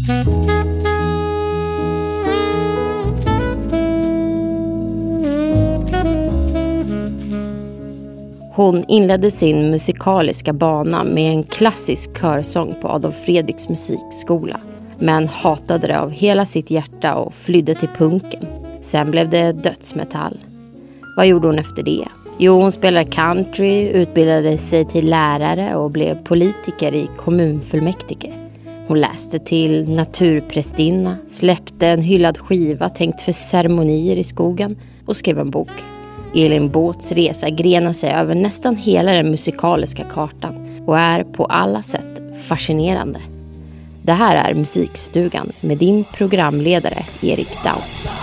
Hon inledde sin musikaliska bana med en klassisk körsång på Adolf Fredriks musikskola. Men hatade det av hela sitt hjärta och flydde till punken. Sen blev det dödsmetall. Vad gjorde hon efter det? Jo, hon spelade country, utbildade sig till lärare och blev politiker i kommunfullmäktige. Hon läste till naturprästinna, släppte en hyllad skiva tänkt för ceremonier i skogen och skrev en bok. Elin Båths resa grenar sig över nästan hela den musikaliska kartan och är på alla sätt fascinerande. Det här är Musikstugan med din programledare Erik Dahl.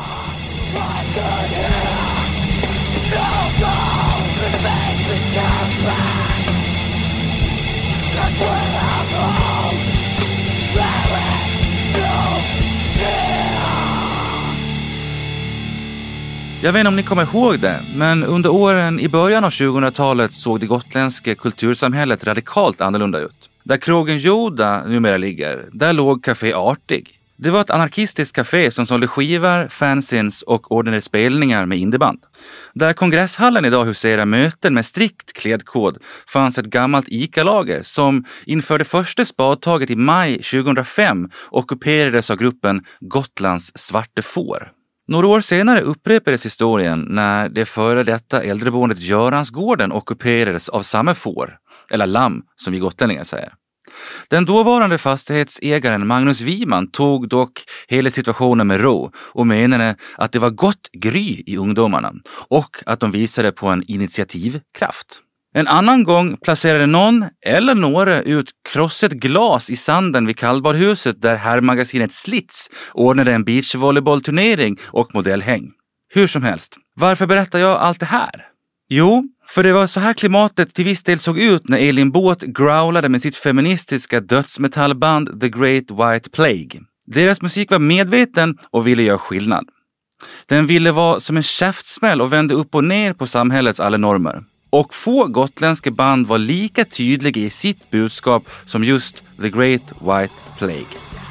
Jag vet inte om ni kommer ihåg det, men under åren i början av 2000-talet såg det gotländska kultursamhället radikalt annorlunda ut. Där krogen Joda numera ligger, där låg Café Artig. Det var ett anarkistiskt café som sålde skivor, fanzines och ordnade spelningar med indieband. Där kongresshallen idag huserar möten med strikt klädkod fanns ett gammalt ICA-lager som inför det första spadtaget i maj 2005 ockuperades av gruppen Gotlands Svarte Får. Några år senare upprepades historien när det före detta äldreboendet Göransgården ockuperades av samma får, eller lamm som vi gotlänningar säger. Den dåvarande fastighetsägaren Magnus Wiman tog dock hela situationen med ro och menade att det var gott gry i ungdomarna och att de visade på en initiativkraft. En annan gång placerade någon eller några ut krossat glas i sanden vid kallbadhuset där herrmagasinet Slits ordnade en beachvolleybollturnering och modellhäng. Hur som helst, varför berättar jag allt det här? Jo, för det var så här klimatet till viss del såg ut när Elin Båth growlade med sitt feministiska dödsmetallband The Great White Plague. Deras musik var medveten och ville göra skillnad. Den ville vara som en käftsmäll och vände upp och ner på samhällets alla normer. Och få gotländska band var lika tydliga i sitt budskap som just The Great White Plague.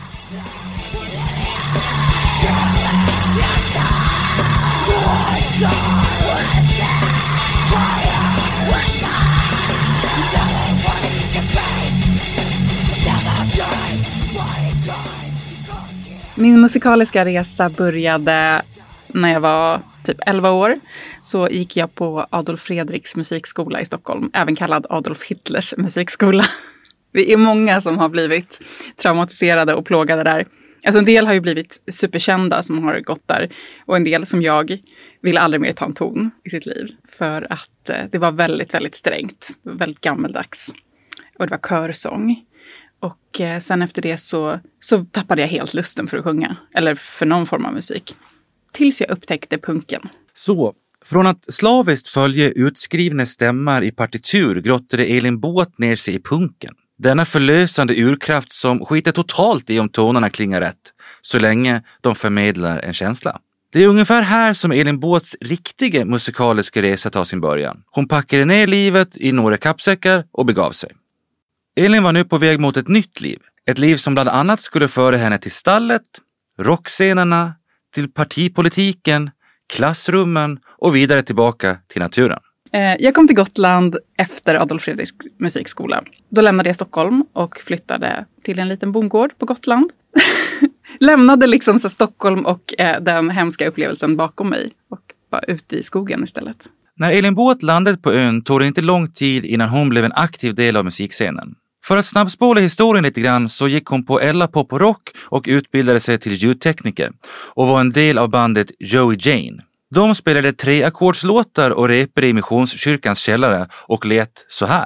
Min musikaliska resa började när jag var typ 11 år. Så gick jag på Adolf Fredriks musikskola i Stockholm, även kallad Adolf Hitlers musikskola. Vi är många som har blivit traumatiserade och plågade där. Alltså en del har ju blivit superkända som har gått där. Och en del som jag vill aldrig mer ta en ton i sitt liv. För att det var väldigt, väldigt strängt. Det var väldigt gammeldags. Och det var körsång. Och sen efter det så tappade jag helt lusten för att sjunga. Eller för någon form av musik. Tills jag upptäckte punken. Så, från att slaviskt följa utskrivna stämmar i partitur grottade Elin Båth ner sig i punken. Denna förlösande urkraft som skiter totalt i om tonerna klingar rätt, så länge de förmedlar en känsla. Det är ungefär här som Elin Båths riktiga musikaliska resa tar sin början. Hon packade ner livet i några kappsäckar och begav sig. Elin var nu på väg mot ett nytt liv. Ett liv som bland annat skulle föra henne till stallet, rockscenerna, till partipolitiken, klassrummen och vidare tillbaka till naturen. Jag kom till Gotland efter Adolf Fredriks musikskola. Då lämnade jag Stockholm och flyttade till en liten bondgård på Gotland. Lämnade liksom så Stockholm och den hemska upplevelsen bakom mig och var ute i skogen istället. När Elin Båth landade på ön tog det inte lång tid innan hon blev en aktiv del av musikscenen. För att snabbspola historien lite grann så gick hon på Ella Pop och Rock och utbildade sig till ljudtekniker och var en del av bandet Joey Jane. De spelade 3-ackordslåtar och repade i Missionskyrkans källare och lät så här.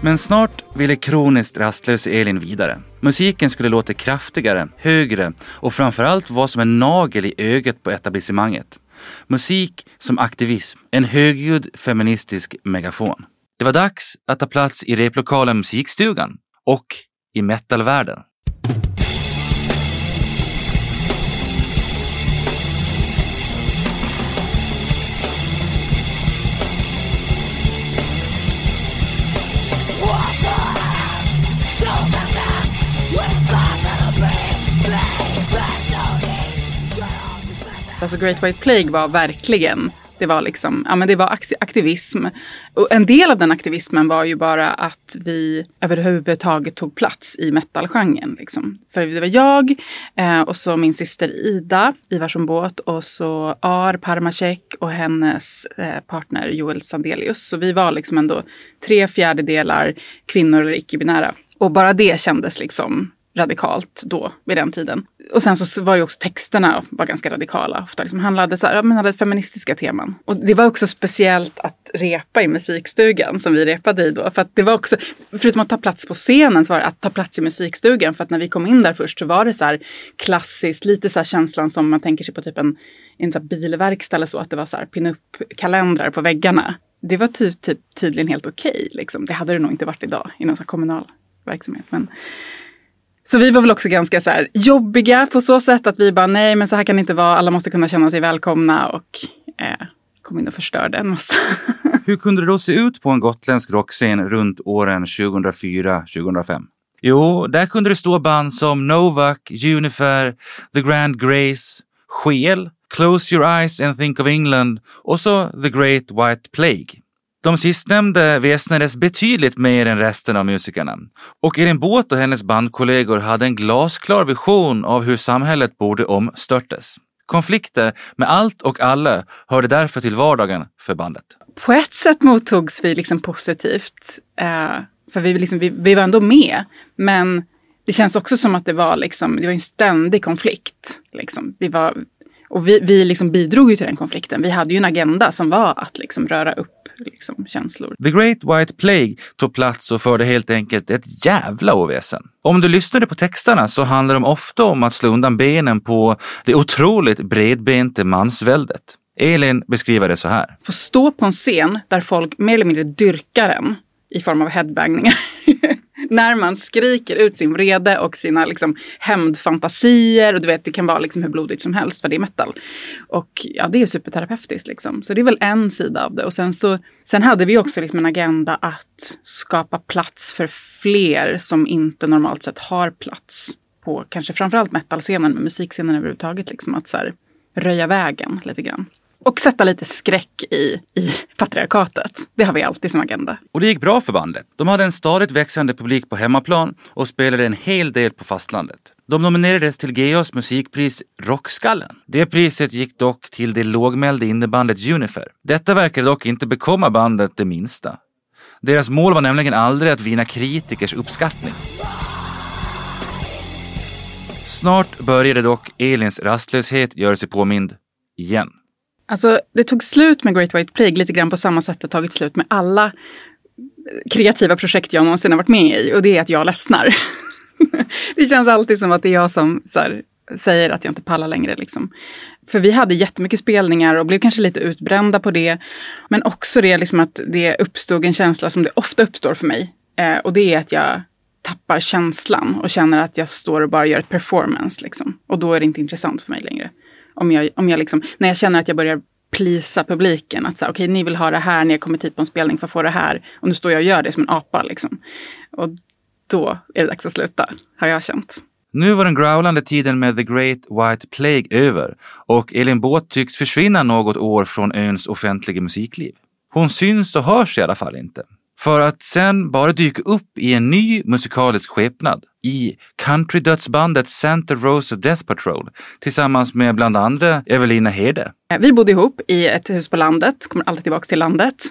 Men snart ville kroniskt rastlös Elin vidare. Musiken skulle låta kraftigare, högre och framförallt vara som en nagel i ögat på etablissemanget. Musik som aktivism, en högljudd feministisk megafon. Det var dags att ta plats i replokalen Musikstugan och i metalvärlden. Alltså Great White Plague var verkligen, det var liksom, ja men det var aktivism. Och en del av den aktivismen var ju bara att vi överhuvudtaget tog plats i metalgenren liksom. För det var jag och så min syster Ida Ivarsson Båt och så Ar Parmacek och hennes partner Joel Sandelius. Så vi var liksom ändå 3/4 kvinnor eller icke-binära. Och bara det kändes liksom radikalt då, vid den tiden. Och sen så var ju också texterna var ganska radikala. Ofta liksom hade feministiska teman. Och det var också speciellt att repa i musikstugan som vi repade i då. För att det var också, förutom att ta plats på scenen så var det att ta plats i musikstugan. För att när vi kom in där först så var det så här klassiskt, lite så här känslan som man tänker sig på typ en så här bilverkstad eller så. Att det var så här pin-up-kalendrar på väggarna. Det var tydligen helt okej liksom. Det hade det nog inte varit idag i någon så här kommunal verksamhet. Men så vi var väl också ganska så här jobbiga på så sätt att vi bara nej men så här kan det inte vara. Alla måste kunna känna sig välkomna och kom in och förstörde en massa. Hur kunde det då se ut på en gotländsk rockscen runt åren 2004-2005? Jo, där kunde det stå band som Novak, Unifer, The Grand Grace, Skel, Close Your Eyes and Think of England och så The Great White Plague. De sistnämnde väsnades betydligt mer än resten av musikerna. Och Elin Båt och hennes bandkollegor hade en glasklar vision av hur samhället borde omstörtes. Konflikter med allt och alla hörde därför till vardagen för bandet. På ett sätt mottogs vi liksom positivt. För vi var ändå med. Men det känns också som att det var en ständig konflikt. Liksom. Vi liksom bidrog ju till den konflikten. Vi hade ju en agenda som var att liksom röra upp liksom känslor. The Great White Plague tog plats och förde helt enkelt ett jävla oväsen. Om du lyssnade på texterna så handlar de ofta om att slå undan benen på det otroligt bredbente mansväldet. Elin beskriver det så här. Få stå på en scen där folk mer eller mindre dyrkar en i form av headbangningar. När man skriker ut sin vrede och sina liksom hämndfantasier. Och du vet, det kan vara liksom hur blodigt som helst för det är metal. Och ja, det är superterapeutiskt liksom. Så det är väl en sida av det. Och sen hade vi också liksom en agenda att skapa plats för fler som inte normalt sett har plats på kanske framförallt metalscenen, men musikscenen överhuvudtaget. Liksom, att så här, röja vägen lite grann. Och sätta lite skräck i patriarkatet. Det har vi alltid som agenda. Och det gick bra för bandet. De hade en stadigt växande publik på hemmaplan och spelade en hel del på fastlandet. De nominerades till GAs musikpris Rockskallen. Det priset gick dock till det lågmälde innebandet Unifer. Detta verkade dock inte bekomma bandet det minsta. Deras mål var nämligen aldrig att vinna kritikers uppskattning. Snart började dock Elins rastlöshet göra sig påmind igen. Alltså det tog slut med Great White Plague lite grann på samma sätt det tagit slut med alla kreativa projekt jag någonsin har varit med i. Och det är att jag ledsnar. Det känns alltid som att det är jag som så här, säger att jag inte pallar längre liksom. För vi hade jättemycket spelningar och blev kanske lite utbrända på det. Men också det liksom att det uppstod en känsla som det ofta uppstår för mig. Och det är att jag tappar känslan och känner att jag står och bara gör ett performance liksom. Och då är det inte intressant för mig längre. Om jag liksom, när jag känner att jag börjar plisa publiken. Att säga, okej, ni vill ha det här, ni har kommit hit på en spelning för att få det här. Och nu står jag och gör det som en apa liksom. Och då är det dags att sluta, har jag känt. Nu var den growlande tiden med The Great White Plague över. Och Elin Båt tycks försvinna något år från öns offentliga musikliv. Hon syns och hörs i alla fall inte. För att sen bara dyka upp i en ny musikalisk skepnad i countrydödsbandet Santa Rosa Death Patrol tillsammans med bland andra Evelina Hede. Vi bodde ihop i ett hus på landet, kommer alltid tillbaka till landet.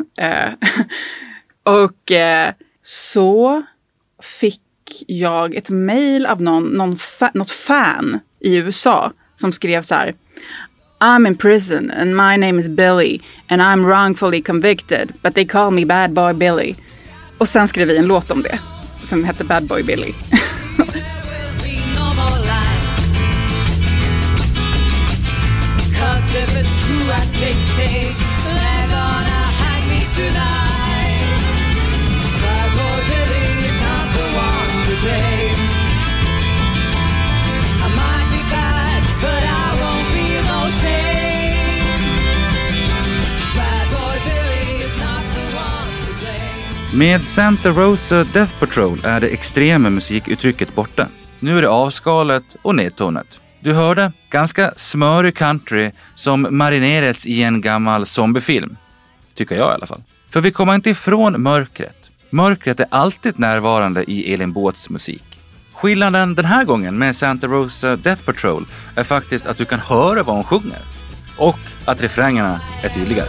Och så fick jag ett mejl av något fan i USA som skrev så här: I'm in prison and my name is Billy and I'm wrongfully convicted but they call me Bad Boy Billy. Och sen skrev vi en låt om det som hette Bad Boy Billy. Med Santa Rosa Death Patrol är det extrema musikuttrycket borta. Nu är det avskalat och nedtonat. Du hörde ganska smörig country som marinerats i en gammal zombiefilm. Tycker jag i alla fall. För vi kommer inte ifrån mörkret. Mörkret är alltid närvarande i Elin Båths musik. Skillnaden den här gången med Santa Rosa Death Patrol är faktiskt att du kan höra vad hon sjunger. Och att refrängerna är tydligare.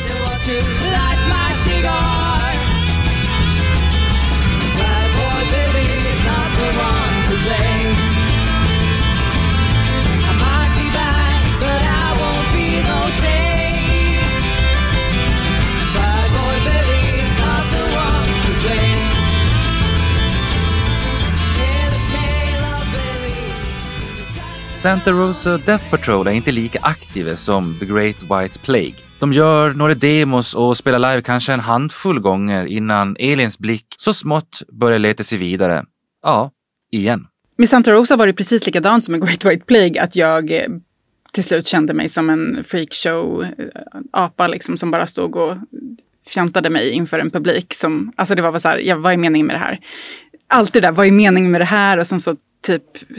Santa Rosa Death Patrol är inte lika aktiva som The Great White Plague. De gör några demos och spelar live kanske en handfull gånger innan Elins blick så smått börjar leta sig vidare. Ja, igen. Med Santa Rosa var det precis likadant som med Great White Plague, att jag till slut kände mig som en freakshow-apa liksom, som bara stod och fjantade mig inför en publik. Som, alltså det var så här, vad är meningen med det här? Allt det där, vad är meningen med det här? Och så typ...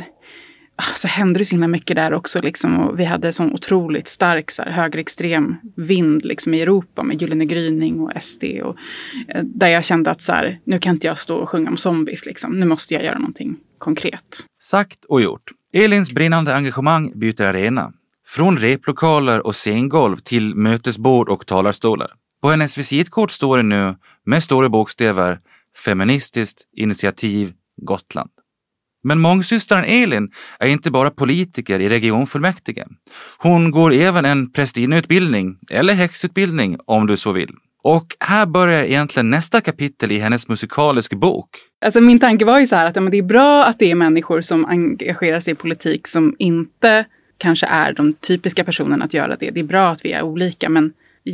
Så hände det så himla mycket där också liksom, och vi hade sån otroligt stark så här, högerextrem vind liksom, i Europa med Gyllene gryning och SD och där jag kände att så här, nu kan inte jag stå och sjunga om zombies liksom, nu måste jag göra någonting konkret. Sagt och gjort. Elins brinnande engagemang byter arena. Från replokaler och scengolv till mötesbord och talarstolar. På hennes visitkort står det nu med stora bokstäver Feministiskt initiativ Gotland. Men mångsystran Elin är inte bara politiker i regionfullmäktige. Hon går även en prästinneutbildning eller häxutbildning om du så vill. Och här börjar egentligen nästa kapitel i hennes musikaliska bok. Alltså min tanke var ju så här att det är bra att det är människor som engagerar sig i politik som inte kanske är de typiska personerna att göra det. Det är bra att vi är olika, men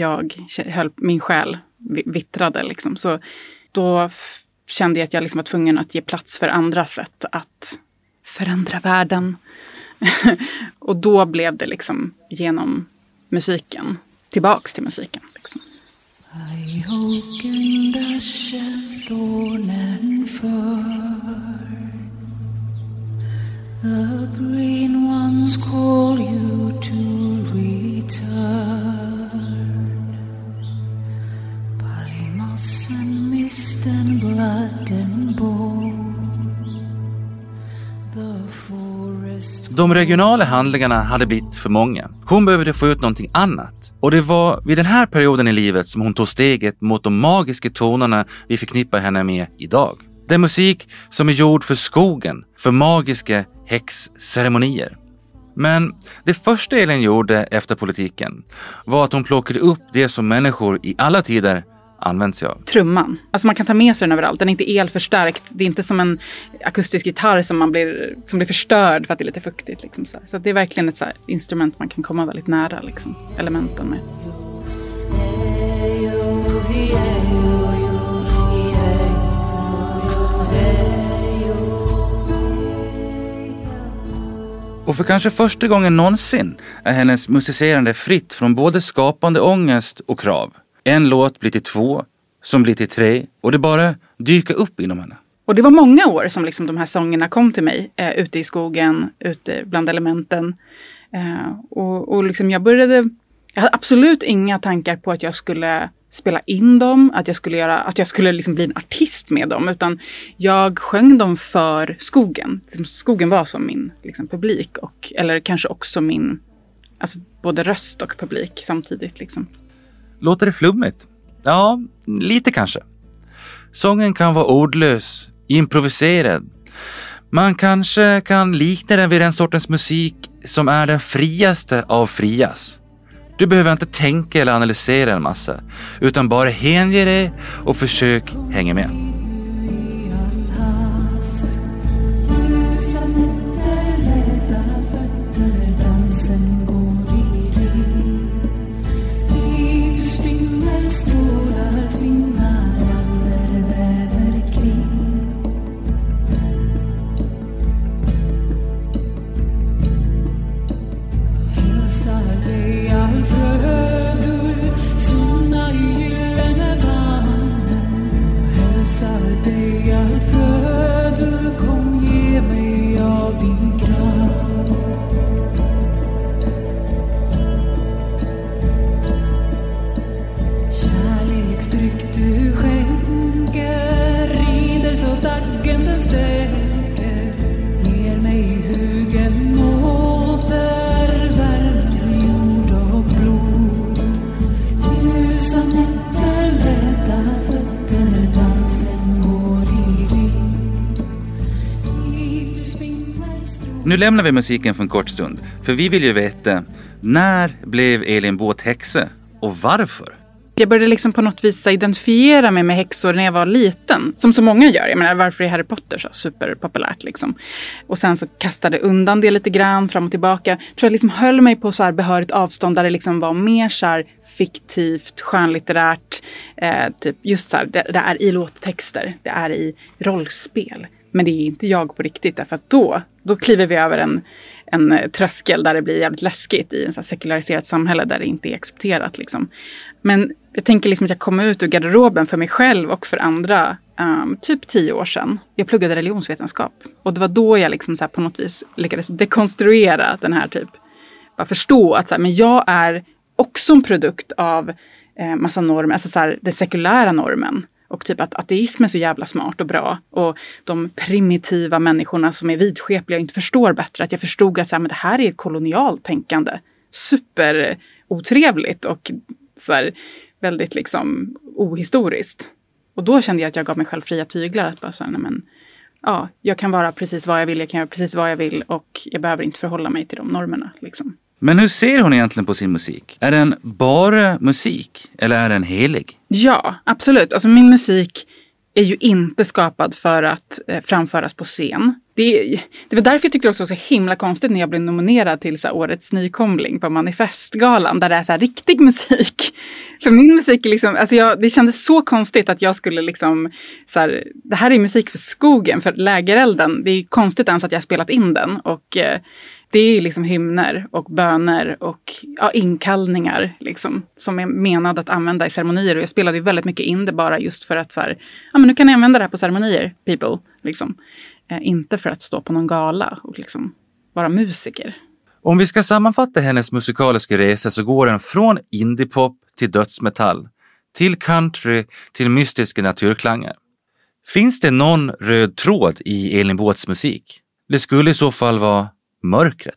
min själ vittrade liksom. Så då kände jag att jag liksom var tvungen att ge plats för andra sätt att förändra världen. Och då blev det liksom genom musiken, tillbaks till musiken. Liksom. I oaken shall thornen fir. The green ones call you to return. By moss and mist and blood and bone. The forest. De regionala handlingarna hade blivit för många. Hon behövde få ut någonting annat. Och det var vid den här perioden i livet som hon tog steget mot de magiska tonerna vi förknippar henne med idag. Det är musik som är gjord för skogen, för magiska häxceremonier. Men det första Elin gjorde efter politiken var att hon plockade upp det som människor i alla tider använt sig av. Trumman. Alltså man kan ta med sig den överallt. Den är inte elförstärkt. Det är inte som en akustisk gitarr som blir förstörd för att det är lite fuktigt. Liksom så. Så det är verkligen ett så här instrument man kan komma väldigt nära liksom, elementen med. Och för kanske första gången någonsin är hennes musicerande fritt från både skapande ångest och krav. En låt blir till 2, som blir till 3 och det bara dyker upp inom henne. Och det var många år som liksom de här sångerna kom till mig ute i skogen, ute bland elementen. Och liksom jag hade absolut inga tankar på att jag skulle spela in dem, att jag skulle liksom bli en artist med dem, utan jag sjöng dem för skogen. Skogen var som min liksom, publik eller kanske också min, alltså både röst och publik samtidigt liksom. Låter det flummigt? Ja, lite kanske. Sången kan vara ordlös, improviserad. Man kanske kan likna den vid den sortens musik som är den friaste av frias. Du behöver inte tänka eller analysera en massa, utan bara hänge dig och försök hänga med. Nu lämnar vi musiken för en kort stund, för vi vill ju veta, när blev Elin Båth häxa och varför? Jag började liksom på något vis identifiera mig med häxor när jag var liten. Som så många gör. Jag menar, varför är Harry Potter så superpopulärt liksom? Och sen så kastade undan det lite grann fram och tillbaka. Jag tror jag liksom höll mig på så här behörigt avstånd där det liksom var mer så här fiktivt, skönlitterärt. Typ just så här, det är i låttexter. Det är i rollspel. Men det är inte jag på riktigt. Därför att då kliver vi över en tröskel där det blir jävligt läskigt i en så här sekulariserat samhälle där det inte är accepterat liksom. Men jag tänker liksom att jag kom ut ur garderoben för mig själv och för andra typ 10 år sedan. Jag pluggade religionsvetenskap. Och det var då jag liksom så här på något vis lyckades dekonstruera den här typ. Bara förstå att så här, men jag är också en produkt av massa normer. Alltså så här, den sekulära normen. Och typ att ateism är så jävla smart och bra. Och de primitiva människorna som är vidskepliga och inte förstår bättre. Att jag förstod att så här, men det här är ett kolonialt tänkande. Super otrevligt och så här, väldigt liksom ohistoriskt. Och då kände jag att jag gav mig själv fria tyglar. Att bara så här, nej men, ja, jag kan vara precis vad jag vill. Jag kan göra precis vad jag vill. Och jag behöver inte förhålla mig till de normerna liksom. Men hur ser hon egentligen på sin musik? Är den bara musik eller är den helig? Ja, absolut. Alltså min musik är ju inte skapad för att framföras på scen. Det var därför jag tyckte det också var så himla konstigt när jag blev nominerad till så här, årets nykomling på Manifestgalan. Där det är så här, riktig musik. För min musik är liksom, alltså det kändes så konstigt att jag skulle liksom, så här, det här är musik för skogen, för lägerelden. Det är ju konstigt ens att jag har spelat in den. Och det är liksom hymner och böner och inkallningar liksom, som är menade att använda i ceremonier. Och jag spelade ju väldigt mycket in det bara just för att så här, ja men nu kan ni använda det här på ceremonier, people. Liksom. Inte för att stå på någon gala och liksom vara musiker. Om vi ska sammanfatta hennes musikaliska resa så går den från indiepop till dödsmetall, till country, till mystiska naturklanger. Finns det någon röd tråd i Elin Båths musik? Det skulle i så fall vara mörkret.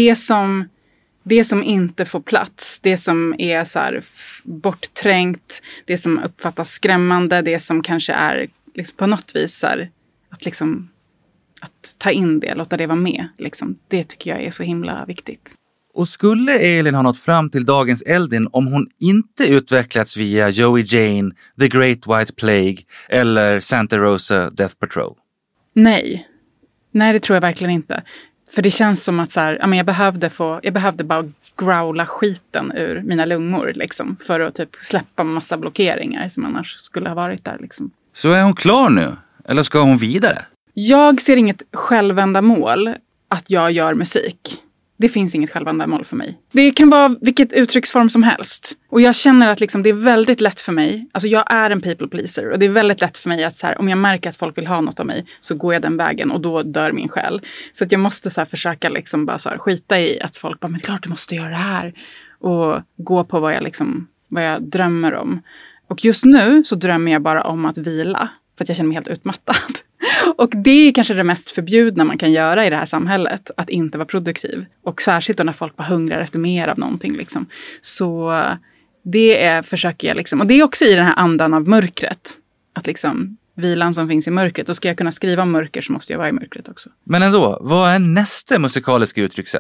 Det som inte får plats, det som är så här bortträngt, det som uppfattas skrämmande, det som kanske är liksom på något vis så här, att ta in det, låta det vara med. Liksom. Det tycker jag är så himla viktigt. Och skulle Elin ha nått fram till dagens Eldin om hon inte utvecklats via Joey Jane, The Great White Plague eller Santa Rosa Death Patrol? Nej, det tror jag verkligen inte. För det känns som att så här, jag behövde bara growla skiten ur mina lungor liksom, för att typ släppa massa blockeringar som annars skulle ha varit där. Liksom. Så är hon klar nu? Eller ska hon vidare? Jag ser inget självändamål att jag gör musik. Det finns inget självändamål för mig. Det kan vara vilket uttrycksform som helst. Och jag känner att liksom, det är väldigt lätt för mig. Alltså jag är en people pleaser. Och det är väldigt lätt för mig att så här, om jag märker att folk vill ha något av mig så går jag den vägen och då dör min själ. Så att jag måste så här, försöka liksom bara så här, skita i att folk bara, men klart du måste göra det här. Och gå på vad jag drömmer om. Och just nu så drömmer jag bara om att vila. För att jag känner mig helt utmattad. Och det är kanske det mest förbjudna man kan göra i det här samhället. Att inte vara produktiv. Och särskilt då när folk bara hungrar efter mer av någonting. Liksom. Så det försöker jag liksom. Och det är också i den här andan av mörkret. Att liksom vilan som finns i mörkret. Och ska jag kunna skriva om mörker så måste jag vara i mörkret också. Men ändå, vad är nästa musikaliska uttryckssätt?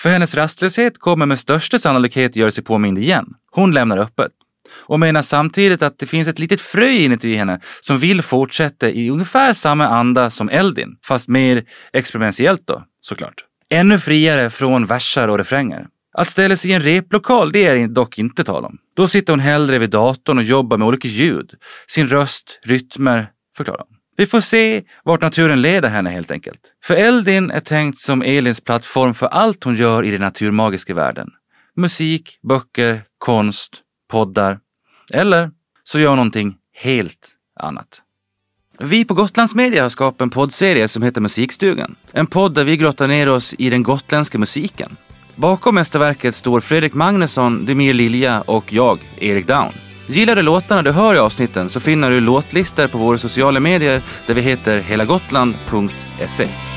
För hennes rastlöshet kommer med största sannolikhet göra sig påmind igen. Hon lämnar öppet. Och menar samtidigt att det finns ett litet frö inuti henne som vill fortsätta i ungefär samma anda som Eldin. Fast mer experimentellt då, såklart. Ännu friare från versar och refränger. Att ställa sig i en replokal, det är dock inte tal om. Då sitter hon hellre vid datorn och jobbar med olika ljud. Sin röst, rytmer, förklarar hon. Vi får se vart naturen leder henne helt enkelt. För Eldin är tänkt som Elins plattform för allt hon gör i den naturmagiska världen. Musik, böcker, konst, poddar. Eller så gör hon någonting helt annat. Vi på Gotlands Media har skapat en poddserie som heter Musikstugan. En podd där vi grottar ner oss i den gotländska musiken. Bakom mästerverket står Fredrik Magnusson, Demir Lilja och jag, Erik Down. Gillar du låtarna du hör i avsnitten så finner du låtlistor på våra sociala medier där vi heter helagotland.se.